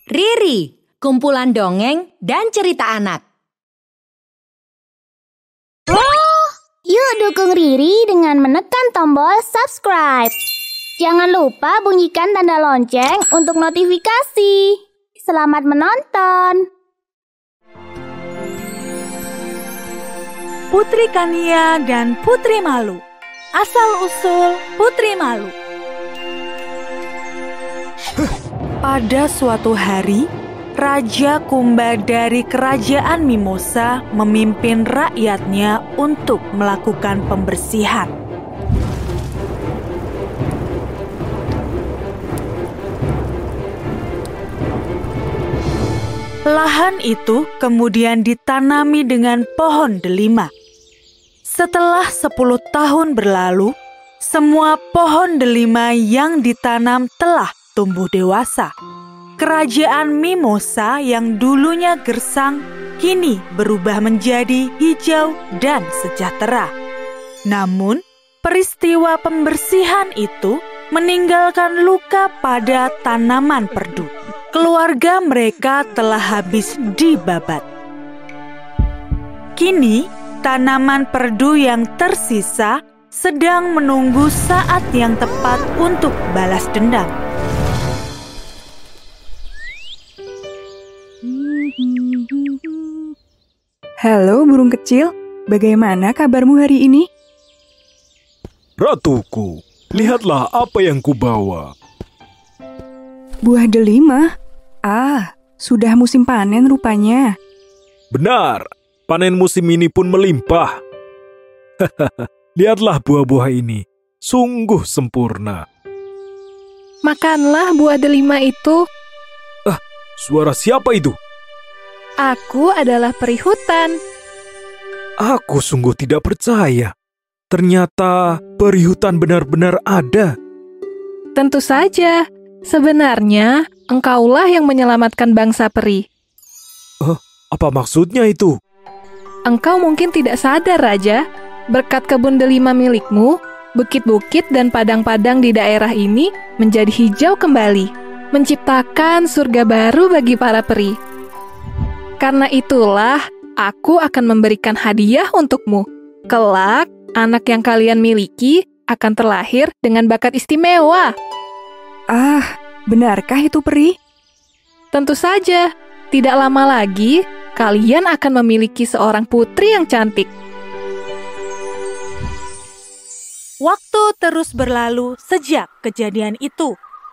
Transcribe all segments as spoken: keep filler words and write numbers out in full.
Riri, kumpulan dongeng dan cerita anak. Oh, yuk dukung Riri dengan menekan tombol subscribe. Jangan lupa bunyikan tanda lonceng untuk notifikasi. Selamat menonton. Putri Kania dan Putri Malu. Asal-usul Putri Malu. Pada suatu hari, Raja Kumba dari Kerajaan Mimosa memimpin rakyatnya untuk melakukan pembersihan. Lahan itu kemudian ditanami dengan pohon delima. Setelah sepuluh tahun berlalu, semua pohon delima yang ditanam telah tumbuh dewasa. Kerajaan Mimosa yang dulunya gersang, kini berubah menjadi hijau dan sejahtera. Namun, peristiwa pembersihan itu meninggalkan luka pada tanaman perdu. Keluarga mereka telah habis dibabat. Kini, tanaman perdu yang tersisa sedang menunggu saat yang tepat untuk balas dendam. Halo burung kecil, bagaimana kabarmu hari ini? Ratuku, lihatlah apa yang kubawa. Buah delima? Ah, sudah musim panen rupanya. Benar, panen musim ini pun melimpah. Lihatlah buah-buah ini, sungguh sempurna. Makanlah buah delima itu. Ah, suara siapa itu? Aku adalah peri hutan. Aku sungguh tidak percaya. Ternyata peri hutan benar-benar ada. Tentu saja. Sebenarnya, engkaulah yang menyelamatkan bangsa peri. Oh, apa maksudnya itu? Engkau mungkin tidak sadar, Raja. Berkat kebun delima milikmu, bukit-bukit dan padang-padang di daerah ini menjadi hijau kembali, menciptakan surga baru bagi para peri. Karena itulah, aku akan memberikan hadiah untukmu. Kelak, anak yang kalian miliki akan terlahir dengan bakat istimewa. Ah, benarkah itu peri? Tentu saja, tidak lama lagi kalian akan memiliki seorang putri yang cantik. Waktu terus berlalu sejak kejadian itu.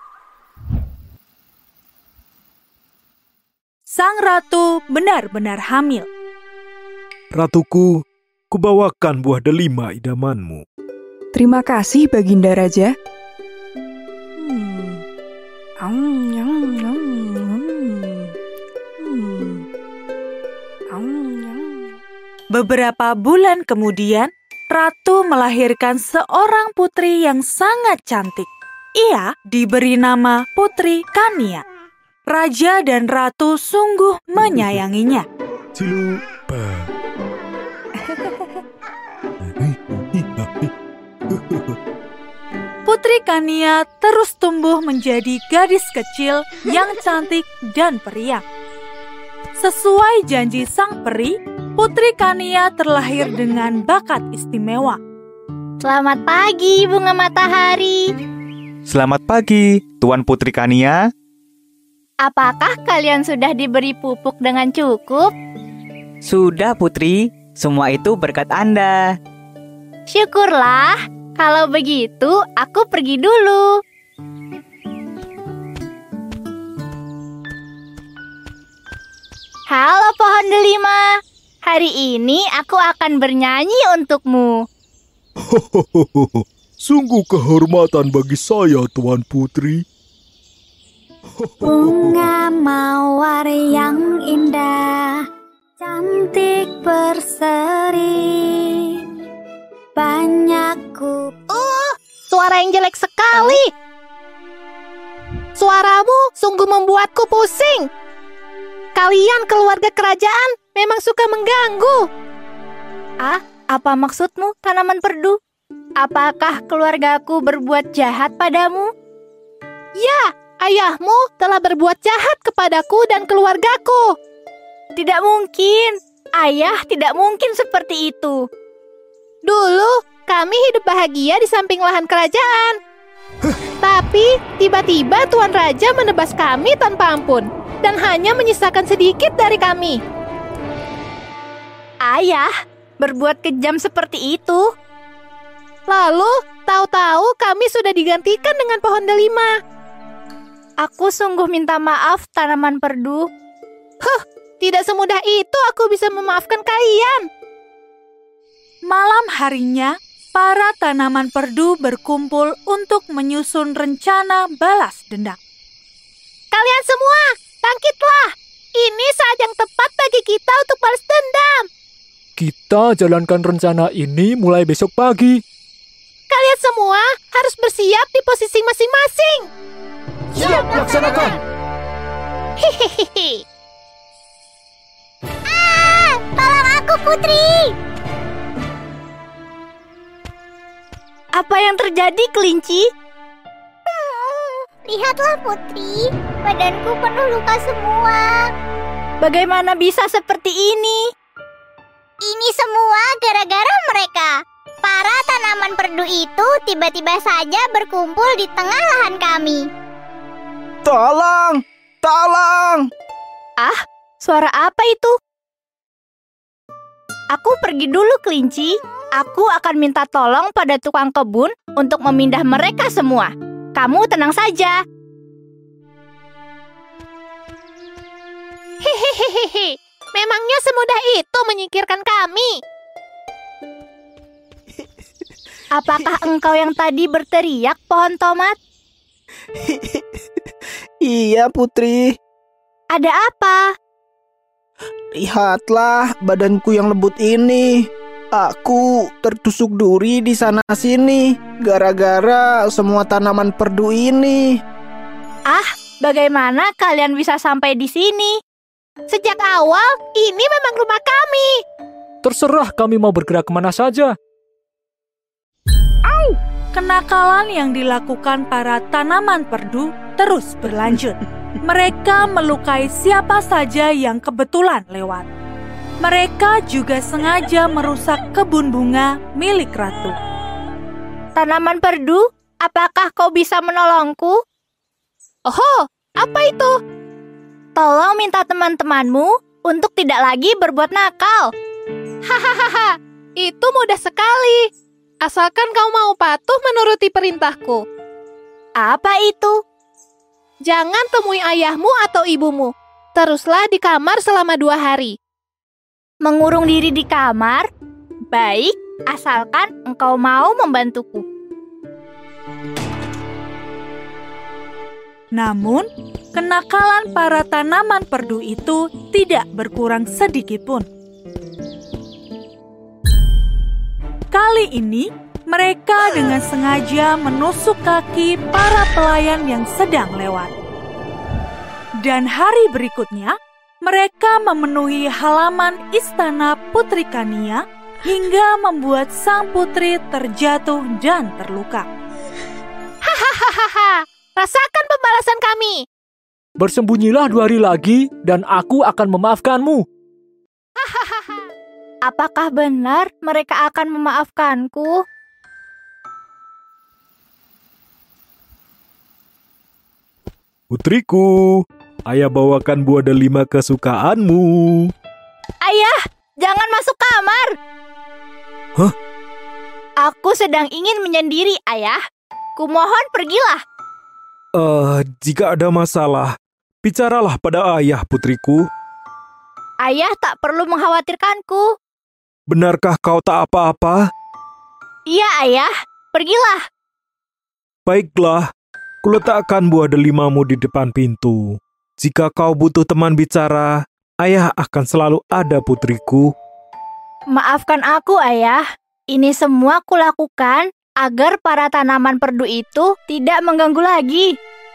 Sang ratu benar-benar hamil. Ratuku, kubawakan buah delima idamanmu. Terima kasih, Baginda Raja. Beberapa bulan kemudian, ratu melahirkan seorang putri yang sangat cantik. Ia diberi nama Putri Kania. Raja dan ratu sungguh menyayanginya. Cilupa. Putri Kania terus tumbuh menjadi gadis kecil yang cantik dan periang. Sesuai janji sang peri, Putri Kania terlahir dengan bakat istimewa. Selamat pagi, bunga matahari. Selamat pagi, Tuan Putri Kania. Apakah kalian sudah diberi pupuk dengan cukup? Sudah, Putri. Semua itu berkat Anda. Syukurlah. Kalau begitu, aku pergi dulu. Halo pohon delima. Hari ini aku akan bernyanyi untukmu. Hohohoho, sungguh kehormatan bagi saya, Tuan Putri. Bunga mawar yang indah, cantik berseri, banyak ku... Uh, suara yang jelek sekali. Suaramu sungguh membuatku pusing. Kalian keluarga kerajaan memang suka mengganggu. Ah, apa maksudmu, tanaman perdu? Apakah keluargaku berbuat jahat padamu? Ya, ayahmu telah berbuat jahat kepadaku dan keluargaku. Tidak mungkin. Ayah tidak mungkin seperti itu. Dulu, kami hidup bahagia di samping lahan kerajaan. Tapi, tiba-tiba Tuan Raja menebas kami tanpa ampun dan hanya menyisakan sedikit dari kami. Ayah berbuat kejam seperti itu. Lalu, tahu-tahu kami sudah digantikan dengan pohon delima. Aku sungguh minta maaf, tanaman perdu. Huh, tidak semudah itu aku bisa memaafkan kalian. Malam harinya, para tanaman perdu berkumpul untuk menyusun rencana balas dendam. Kalian semua, bangkitlah. Ini saat yang tepat bagi kita untuk balas dendam. Kita jalankan rencana ini mulai besok pagi. Kalian semua harus bersiap di posisi masing-masing. Siap, laksanakan. Hehehe. Ah, tolong aku, Putri. Apa yang terjadi, Kelinci? Hmm, lihatlah, Putri. Badanku penuh luka semua. Bagaimana bisa seperti ini? Ini semua gara-gara mereka. Para tanaman perdu itu tiba-tiba saja berkumpul di tengah lahan kami. Tolong! Tolong! Ah, suara apa itu? Aku pergi dulu, Kelinci. Aku akan minta tolong pada tukang kebun untuk memindah mereka semua. Kamu tenang saja. Hehehehe. Memangnya semudah itu menyingkirkan kami? Apakah engkau yang tadi berteriak, pohon tomat? Iya, Putri. Ada apa? Lihatlah badanku yang lembut ini. Aku tertusuk duri di sana-sini gara-gara semua tanaman perdu ini. Ah, bagaimana kalian bisa sampai di sini? Sejak awal, ini memang rumah kami. Terserah kami mau bergerak kemana saja. Au! Kenakalan yang dilakukan para tanaman perdu terus berlanjut. Mereka melukai siapa saja yang kebetulan lewat. Mereka juga sengaja merusak kebun bunga milik ratu. Tanaman perdu, apakah kau bisa menolongku? Oh, apa itu? Tolong minta teman-temanmu untuk tidak lagi berbuat nakal. Hahaha, itu mudah sekali. Asalkan kau mau patuh menuruti perintahku. Apa itu? Jangan temui ayahmu atau ibumu. Teruslah di kamar selama dua hari. Mengurung diri di kamar? Baik, asalkan engkau mau membantuku. Namun, kenakalan para tanaman perdu itu tidak berkurang sedikit pun. Kali ini, mereka dengan sengaja menusuk kaki para pelayan yang sedang lewat. Dan hari berikutnya, mereka memenuhi halaman istana Putri Kania hingga membuat sang putri terjatuh dan terluka. Hahaha, rasakan pembalasan kami. Bersembunyilah dua hari lagi dan aku akan memaafkanmu. Hahaha, apakah benar mereka akan memaafkanku? Putriku, ayah bawakan buah delima kesukaanmu. Ayah, jangan masuk kamar. Hah? Aku sedang ingin menyendiri, ayah. Kumohon pergilah. Eh, uh, jika ada masalah, bicaralah pada ayah, putriku. Ayah tak perlu mengkhawatirkanku. Benarkah kau tak apa-apa? Iya, ayah. Pergilah. Baiklah. Kuletakkan buah delimamu di depan pintu. Jika kau butuh teman bicara, ayah akan selalu ada, putriku. Maafkan aku, ayah. Ini semua kulakukan agar para tanaman perdu itu tidak mengganggu lagi.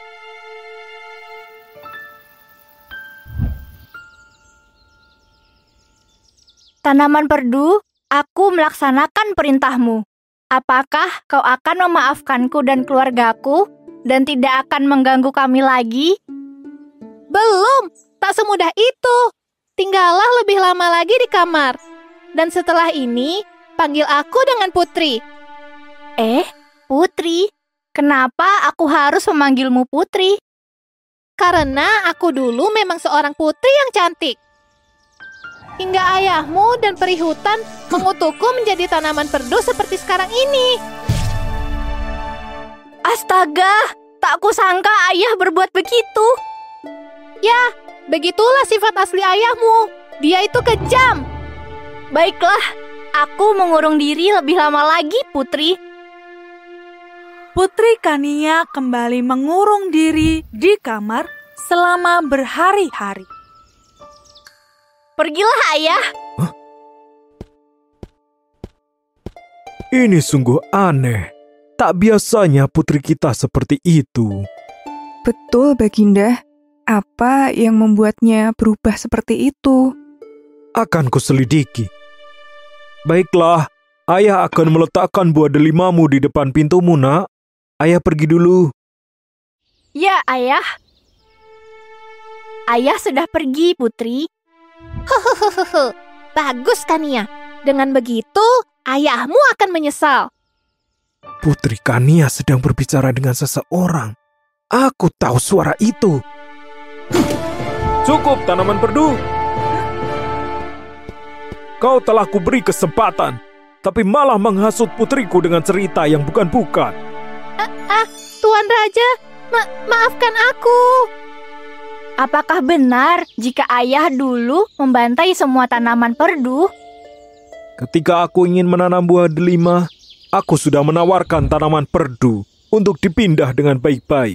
Tanaman perdu, aku melaksanakan perintahmu. Apakah kau akan memaafkanku dan keluargaku? dan tidak akan mengganggu kami lagi? Belum, tak semudah itu. Tinggallah lebih lama lagi di kamar. Dan setelah ini, panggil aku dengan Putri. Eh, Putri? Kenapa aku harus memanggilmu Putri? Karena aku dulu memang seorang putri yang cantik. Hingga ayahmu dan peri hutan mengutukku menjadi tanaman perdu seperti sekarang ini. Astaga, tak kusangka ayah berbuat begitu. Ya, begitulah sifat asli ayahmu. Dia itu kejam. Baiklah, aku mengurung diri lebih lama lagi, Putri. Putri Kania kembali mengurung diri di kamar selama berhari-hari. Pergilah, ayah. Hah? Ini sungguh aneh. Tak biasanya putri kita seperti itu. Betul, Baginda. Apa yang membuatnya berubah seperti itu? Akan kuselidiki. Baiklah, ayah akan meletakkan buah delimamu di depan pintumu, nak. Ayah pergi dulu. Ya, ayah. Ayah sudah pergi, Putri. Hehehe, bagus Kania. Dengan begitu, ayahmu akan menyesal. Putri Kania sedang berbicara dengan seseorang. Aku tahu suara itu. Cukup, tanaman perdu. Kau telah kuberi kesempatan, tapi malah menghasut putriku dengan cerita yang bukan-bukan. Ah, ah, Tuan Raja, ma maafkan aku. Apakah benar jika ayah dulu membantai semua tanaman perdu? Ketika aku ingin menanam buah delima, aku sudah menawarkan tanaman perdu untuk dipindah dengan baik-baik.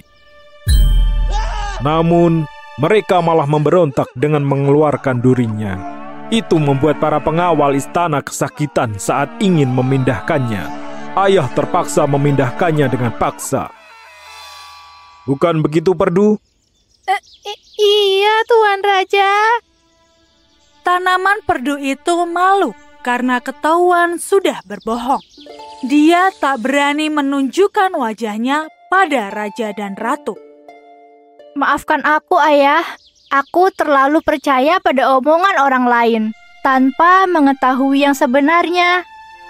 Namun, mereka malah memberontak dengan mengeluarkan durinya. Itu membuat para pengawal istana kesakitan saat ingin memindahkannya. Ayah terpaksa memindahkannya dengan paksa. Bukan begitu, Perdu? Uh, iya, Tuan Raja. Tanaman perdu itu malu karena ketahuan sudah berbohong. Dia tak berani menunjukkan wajahnya pada raja dan ratu. Maafkan aku, ayah. Aku terlalu percaya pada omongan orang lain tanpa mengetahui yang sebenarnya.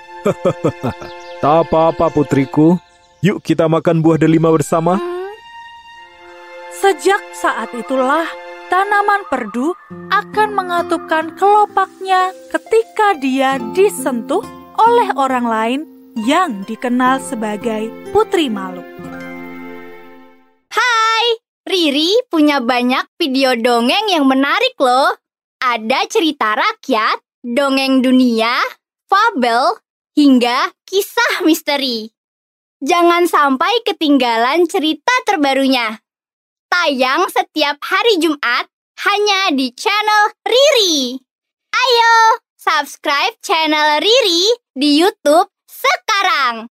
Tak apa-apa, putriku. Yuk kita makan buah delima bersama. Hmm. Sejak saat itulah, tanaman perdu akan mengatupkan kelopaknya ketika dia disentuh oleh orang lain yang dikenal sebagai Putri Malu. Hai, Riri punya banyak video dongeng yang menarik loh. Ada cerita rakyat, dongeng dunia, fabel, hingga kisah misteri. Jangan sampai ketinggalan cerita terbarunya. Tayang setiap hari Jumat hanya di channel Riri. Ayo, subscribe channel Riri di YouTube sekarang.